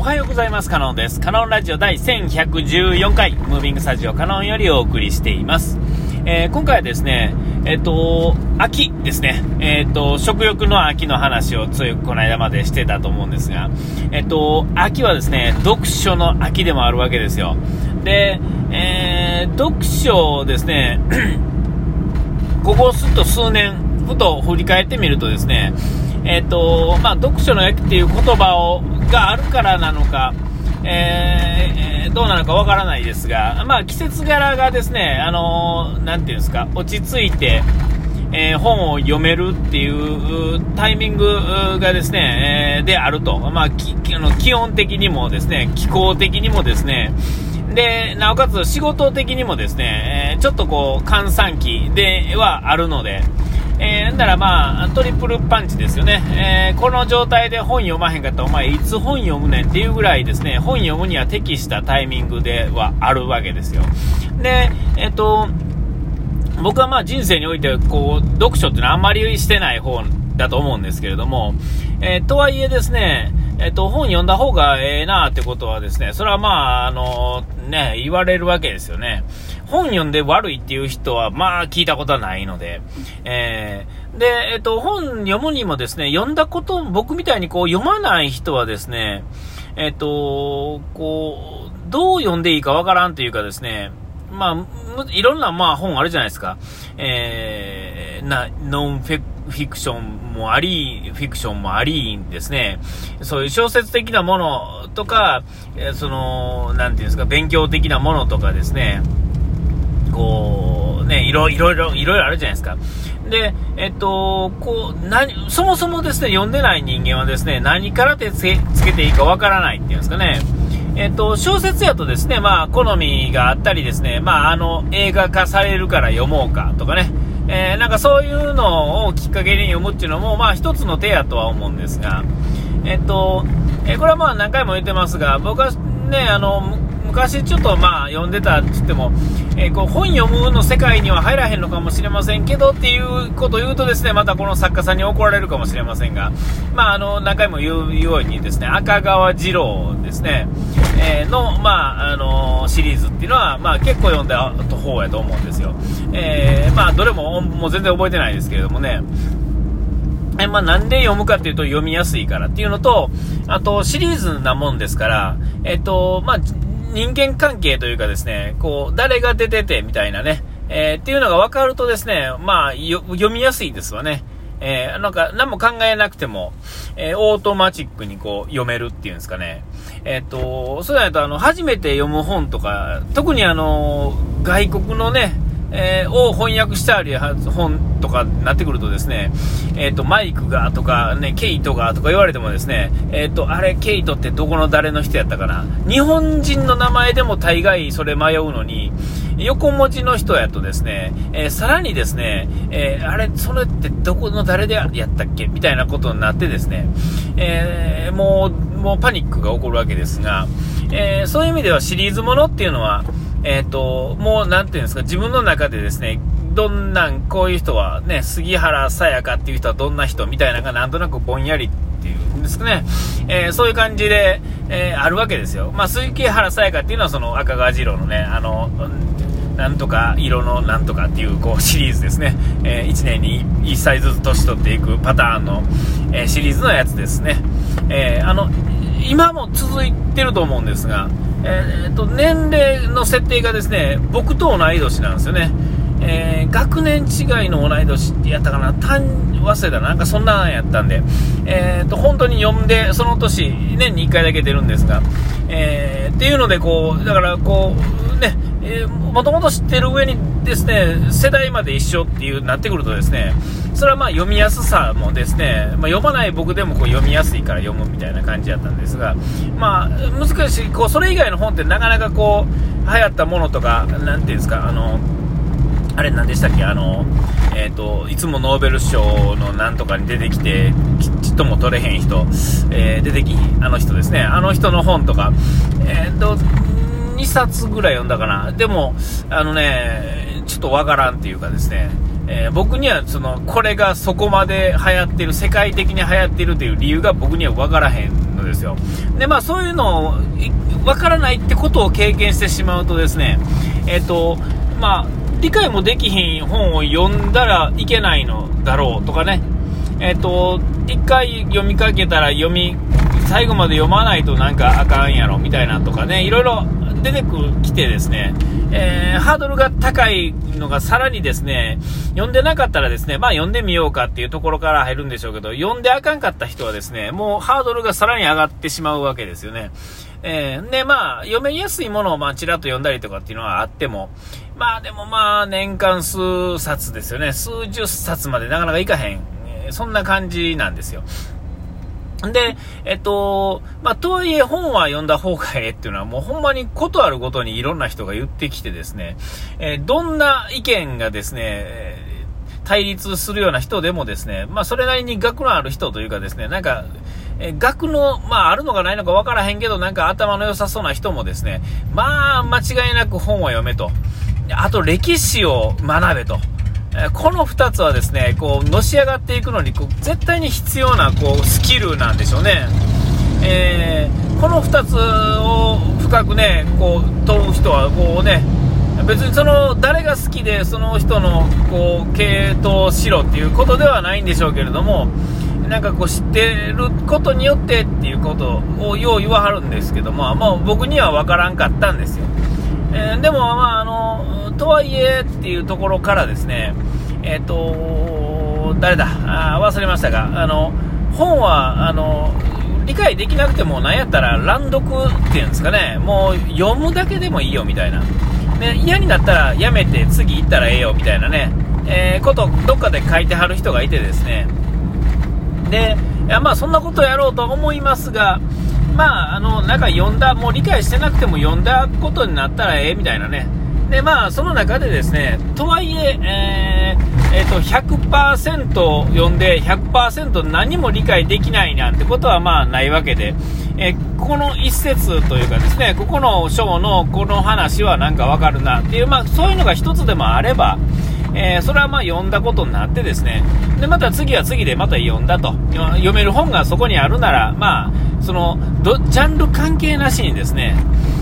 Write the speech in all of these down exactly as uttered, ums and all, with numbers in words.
おはようございます。カノンです。カノンラジオ第せんひゃくじゅうよんかい、ムービングスタジオカノンよりお送りしています。えー、今回はですね、えっと、秋ですね。えっと、食欲の秋の話をついこの間までしてたと思うんですが、えっと、秋はですね、読書の秋でもあるわけですよ。で、えー、読書ですね、ここすっと数年、ふと振り返ってみるとですね、えっと、まあ、読書の秋っていう言葉を、があるからなのか、えー、どうなのかわからないですが、まあ、季節柄がですね、あのー、なんていうんですか、落ち着いて、えー、本を読めるっていうタイミングがですね、えー、であると。まあ、きあの気温的にもですね、気候的にもですね、で、なおかつ仕事的にもですね、えー、ちょっとこう、閑散期ではあるので、えー、だからまあトリプルパンチですよね、えー、この状態で本読まへんかったらお前いつ本読むねんっていうぐらいですね、本読むには適したタイミングではあるわけですよ。で、えっと僕はまあ人生においてこう読書っていうのはあんまりしてない方だと思うんですけれども、えー、とはいえですね、えっと本読んだ方がええなってことはですね、それはまああのね言われるわけですよね。本読んで悪いっていう人はまあ聞いたことはないので、えー、でえっと本読むにもですね、読んだこと僕みたいにこう読まない人はですね、えっとこうどう読んでいいかわからんというかですね、まあいろんなまあ本あるじゃないですか。えー、なノンフェフィクションもあり、フィクションもありですね、そういう小説的なものとか、そのなんていうんですか、勉強的なものとかですね、こうね、いろいろいろいろいろあるじゃないですか。で、えっとこう何そもそもですね、読んでない人間はですね、何から手つけ、つけていいかわからないっていうんですかね。えっと小説やとですね、まあ好みがあったりですね、まああの映画化されるから読もうかとかね。えー、なんかそういうのをきっかけに読むっていうのもまあ一つの手やとは思うんですが、えっと、えー、これはまあ何回も言ってますが、僕はね、あの昔ちょっとまあ読んでたって言っても、えー、こう本読むの世界には入らへんのかもしれませんけどっていうことを言うとですね、またこの作家さんに怒られるかもしれませんが、まああの何回も言うようにですね、赤川次郎ですね、えー、のまああのシリーズっていうのはまあ結構読んだ方やと思うんですよ。えー、まあどれももう全然覚えてないですけれどもね。えまあ、なんで読むかっていうと読みやすいからっていうのと、あとシリーズなもんですから、えっとまあ人間関係というかですね、こう誰が出ててみたいなね、えー、っていうのが分かるとですね、まあよ読みやすいですわね。えー、なんか何も考えなくても、えー、オートマチックにこう読めるっていうんですかね。えっとそうだとあの初めて読む本とか、特にあの外国のね、えー、を翻訳してある本とかになってくるとですね、えっとマイクがとかね、ケイトがとか言われてもですね、えっとあれケイトってどこの誰の人やったかな、日本人の名前でも大概それ迷うのに、横文字の人やとですね、えー、さらにですね、えー、あれそれってどこの誰でやったっけみたいなことになってですね、えー、もうもうパニックが起こるわけですが、えー、そういう意味ではシリーズものっていうのはえっと、もうなんていうんですか、自分の中でですね、どんなんこういう人はね、杉原さやかっていう人はどんな人みたいなのがなんとなくぼんやりっていうんですかね、えー、そういう感じで、えー、あるわけですよ。まあ杉原さやかっていうのはその赤川次郎のね、あのなんとか色のなんとかっていうこうシリーズですね、えー、いちねんにいっさいずつ年取っていくパターンの、えー、シリーズのやつですね。えー、あの今も続いてると思うんですが、えー、と年齢の設定がですね、僕と同い年なんですよね。えー、学年違いの同い年ってやったかな、単忘れたな、なんかそんなんやったんで、えー、と本当に読んでその年年にいっかいだけ出るんですが、えー、っていうのでこうだからこうね、えー、もともと知ってる上にですね、世代まで一緒っていうなってくるとですね、それはまあ読みやすさもですね、まあ、読まない僕でもこう読みやすいから読むみたいな感じだったんですが、まあ難しい、こうそれ以外の本ってなかなかこう流行ったものとか、なんていうんですか、あのあれ何でしたっけ、あのえっといつもノーベル賞のなんとかに出てきてちっとも取れへん人、えー、出てきあの人ですね、あの人の本とか、えっとにさつぐらい読んだかな。でもあのね、ちょっとわからんっていうかですね、えー、僕にはそのこれがそこまで流行ってる、世界的に流行ってるという理由が僕にはわからへんのですですよ。で、まあそういうのをわからないってことを経験してしまうとですね、えっと、まあ理解もできひん本を読んだらいけないのだろうとかね、えっと、一回読みかけたら読み、最後まで読まないとなんかあかんやろみたいなとかね、いろいろ出てきてですね、えー、ハードルが高いのがさらにですね、読んでなかったらですね、まあ読んでみようかっていうところから入るんでしょうけど、読んであかんかった人はですね、もうハードルがさらに上がってしまうわけですよね。えー、で、まあ読めやすいものをまあちらっと読んだりとかっていうのはあっても、まあでもまあ年間数冊ですよね、数十冊までなかなかいかへん、えー、そんな感じなんですよ。で、えっと、まあ、とはいえ本は読んだ方がええっていうのはもうほんまにことあるごとにいろんな人が言ってきてですね、えー、どんな意見がですね、えー、対立するような人でもですね、まあ、それなりに学のある人というかですね、なんか、えー、学の、まあ、あるのかないのかわからへんけど、なんか頭の良さそうな人もですね、まあ、間違いなく本は読めと。あと、歴史を学べと。この二つはですね、こう、のし上がっていくのに、こう、絶対に必要な、こう、スキルなんでしょうね。えー、この二つを深くね、こう、問う人は、こうね、別にその、誰が好きで、その人の、こう、系統しろっていうことではないんでしょうけれども、なんかこう、知ってることによってっていうことをよう言わはるんですけども、まあ、僕には分からんかったんですよ。えー、でも、まあ、あの、とはいえっていうところからですね、えっと、誰だ、あ忘れましたが、あの、本は、あの、理解できなくても、なんやったら乱読っていうんですかね、もう読むだけでもいいよみたいな。で、嫌になったらやめて次行ったらええよみたいなね、えー、ことどっかで書いてはる人がいてですね。で、いやまあそんなことやろうと思いますが、まあ、あの、なんか読んだ、もう理解してなくても読んだことになったらええみたいなね。で、まあ、その中でですね、とはいえ、えー、えーと、ひゃくパーセント 読んで ひゃくパーセント 何も理解できないなんてことはまあないわけで、えー、ここの一節というかですね、ここの章のこの話はなんかわかるなっていう、まあ、そういうのが一つでもあれば、えー、それはまあ読んだことになってですね、でまた次は次でまた読んだと、読める本がそこにあるなら、まあそのどジャンル関係なしにですね、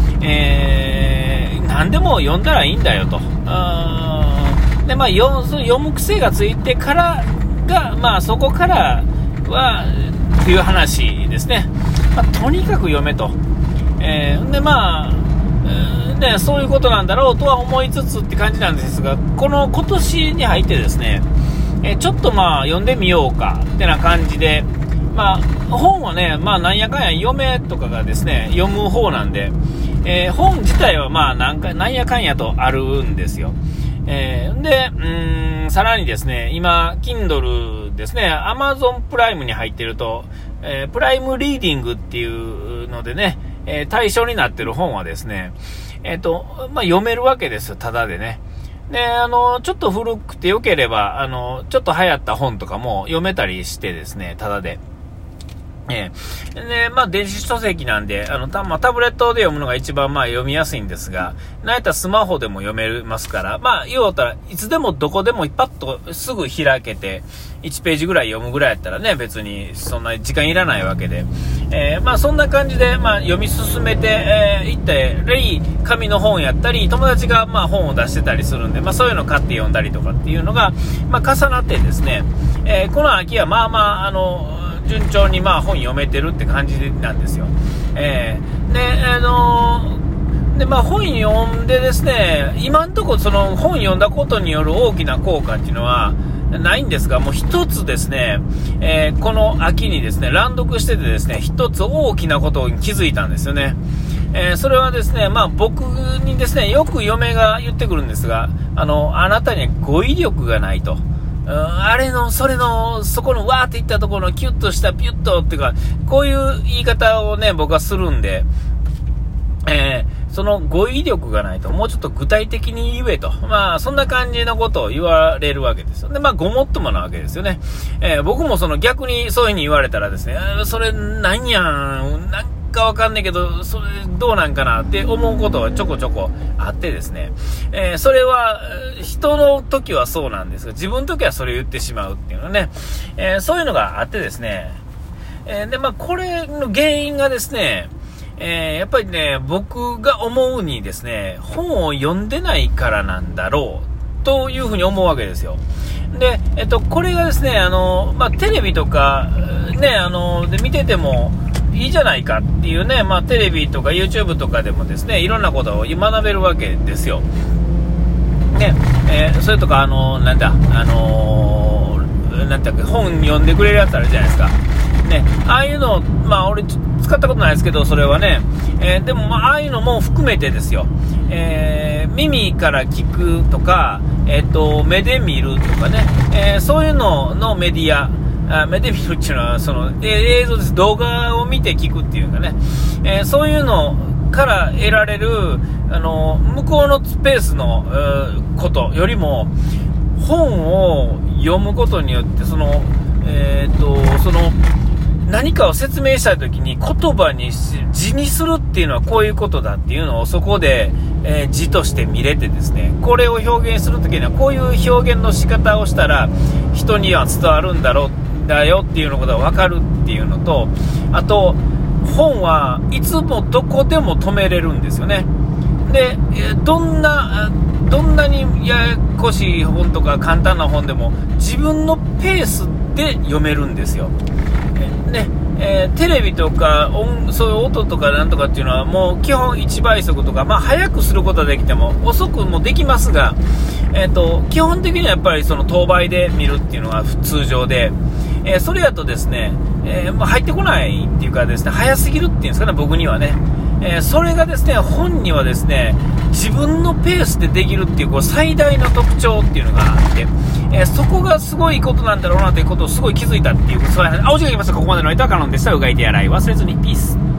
えー、何でも読んだらいいんだよと。で、まあ、読, 読む癖がついてからが、まあ、そこからはっていう話ですね。まあ、とにかく読めと。えー、でまあね、そういうことなんだろうとは思いつつって感じなんですが、この今年に入ってですね、えー、ちょっとまあ読んでみようかってな感じで、まあ本はね、まあなんやかんや嫁とかがですね読む方なんで、えー、本自体はまあなんかなんやかんやとあるんですよ。えー、で、うーん、さらにですね、今 Kindle ですね、Amazon プライムに入ってると、えー、プライムリーディングっていうのでね、えー、対象になってる本はですね、えっと、まあ、読めるわけですよ、ただでね。で、あの、ちょっと古くてよければ、あの、ちょっと流行った本とかも読めたりしてですね、ただで。えー、で、まあ、電子書籍なんで、あの、た、まあ、タブレットで読むのが一番、まあ、読みやすいんですが、なんやったらスマホでも読めますから、まあ、要はったらいつでもどこでもパッとすぐ開けて、いちページぐらい読むぐらいやったらね、別にそんな時間いらないわけで、えー、まあ、そんな感じで、まあ、読み進めて、えー、いってり、紙の本やったり、友達が、まあ、本を出してたりするんで、まあ、そういうのを買って読んだりとかっていうのが、まあ、重なってですね、えー、この秋はまあまあ、あの、順調にまあ本読めてるって感じなんですよ。えー、で、あのー、で、まあ本読んでですね、今んとこその本読んだことによる大きな効果っていうのはないんですが、もう一つですね、えー、この秋にですね、乱読しててですね、一つ大きなことに気づいたんですよね。えー、それはですね、まあ僕にですね、よく嫁が言ってくるんですが、あの、あなたには語彙力がないと。あれの、それの、そこのわーっていったところのキュッとしたピュッとっていうか、こういう言い方をね、僕はするんで、えー、その語彙力がないと、もうちょっと具体的に言えと。まあ、そんな感じのことを言われるわけですよ。で、まあ、ごもっともなわけですよね。えー、僕もその逆にそういう風に言われたらですね、それなんやん、なんかわかんないけど、それどうなんかなって思うことはちょこちょこあってですね、えー、それは人の時はそうなんですが、自分の時はそれを言ってしまうっていうのね、えー、そういうのがあってですね、 えー、で、まあ、これの原因がですね、えー、やっぱりね、僕が思うにですね、本を読んでないからなんだろう、というふうに思うわけですよ。で、えっと、これがですね、あの、まあ、テレビとか、ね、あの、で見ててもいいじゃないかっていうね、まあ、テレビとか YouTube とかでもですね、いろんなことを学べるわけですよ。ね、えー、それとか、あの、なんだ、あのー、なんだっけ、本読んでくれるやつあるじゃないですか。ね、ああいうの、まあ、俺、使ったことないですけど、それはね、えー、でも、まあ、ああいうのも含めてですよ。えー、耳から聞くとか、えっと、目で見るとかね、えー、そういうののメディア、あ目で見るっていうのは、その、映像です。動画を見て聞くっていうかね、えー、そういうのから得られる、あの、向こうのスペースの、えー、ことよりも、本を読むことによって、その、えー、っと、その、何かを説明したいときに言葉にし、字にするっていうのはこういうことだっていうのをそこで、えー、字として見れてですね、これを表現するときにはこういう表現の仕方をしたら人には伝わるんだろう、だよっていうのことが分かるっていうのと、あと、本はいつもどこでも止めれるんですよね。で、どんな、どんなにややこしい本とか簡単な本でも自分のペースで読めるんですよ。ねえー、テレビとか音、そういう音とかなんとかっていうのはもう基本いちばい速とか、まあ早くすることはできても遅くもできますが、えーと、基本的にはやっぱりその等倍で見るっていうのが通常で、えー、それやとですね、えーまあ、入ってこないっていうかですね、早すぎるっていうんですかね、僕にはね。えー、それがですね、本にはですね、自分のペースでできるっていう、こう最大の特徴っていうのがあって、えー、そこがすごいことなんだろうなということをすごい気づいたっていう、そういう話。あ、お時間来ました。ここまでの間はカノンでした。うがいて洗い忘れずに。ピース。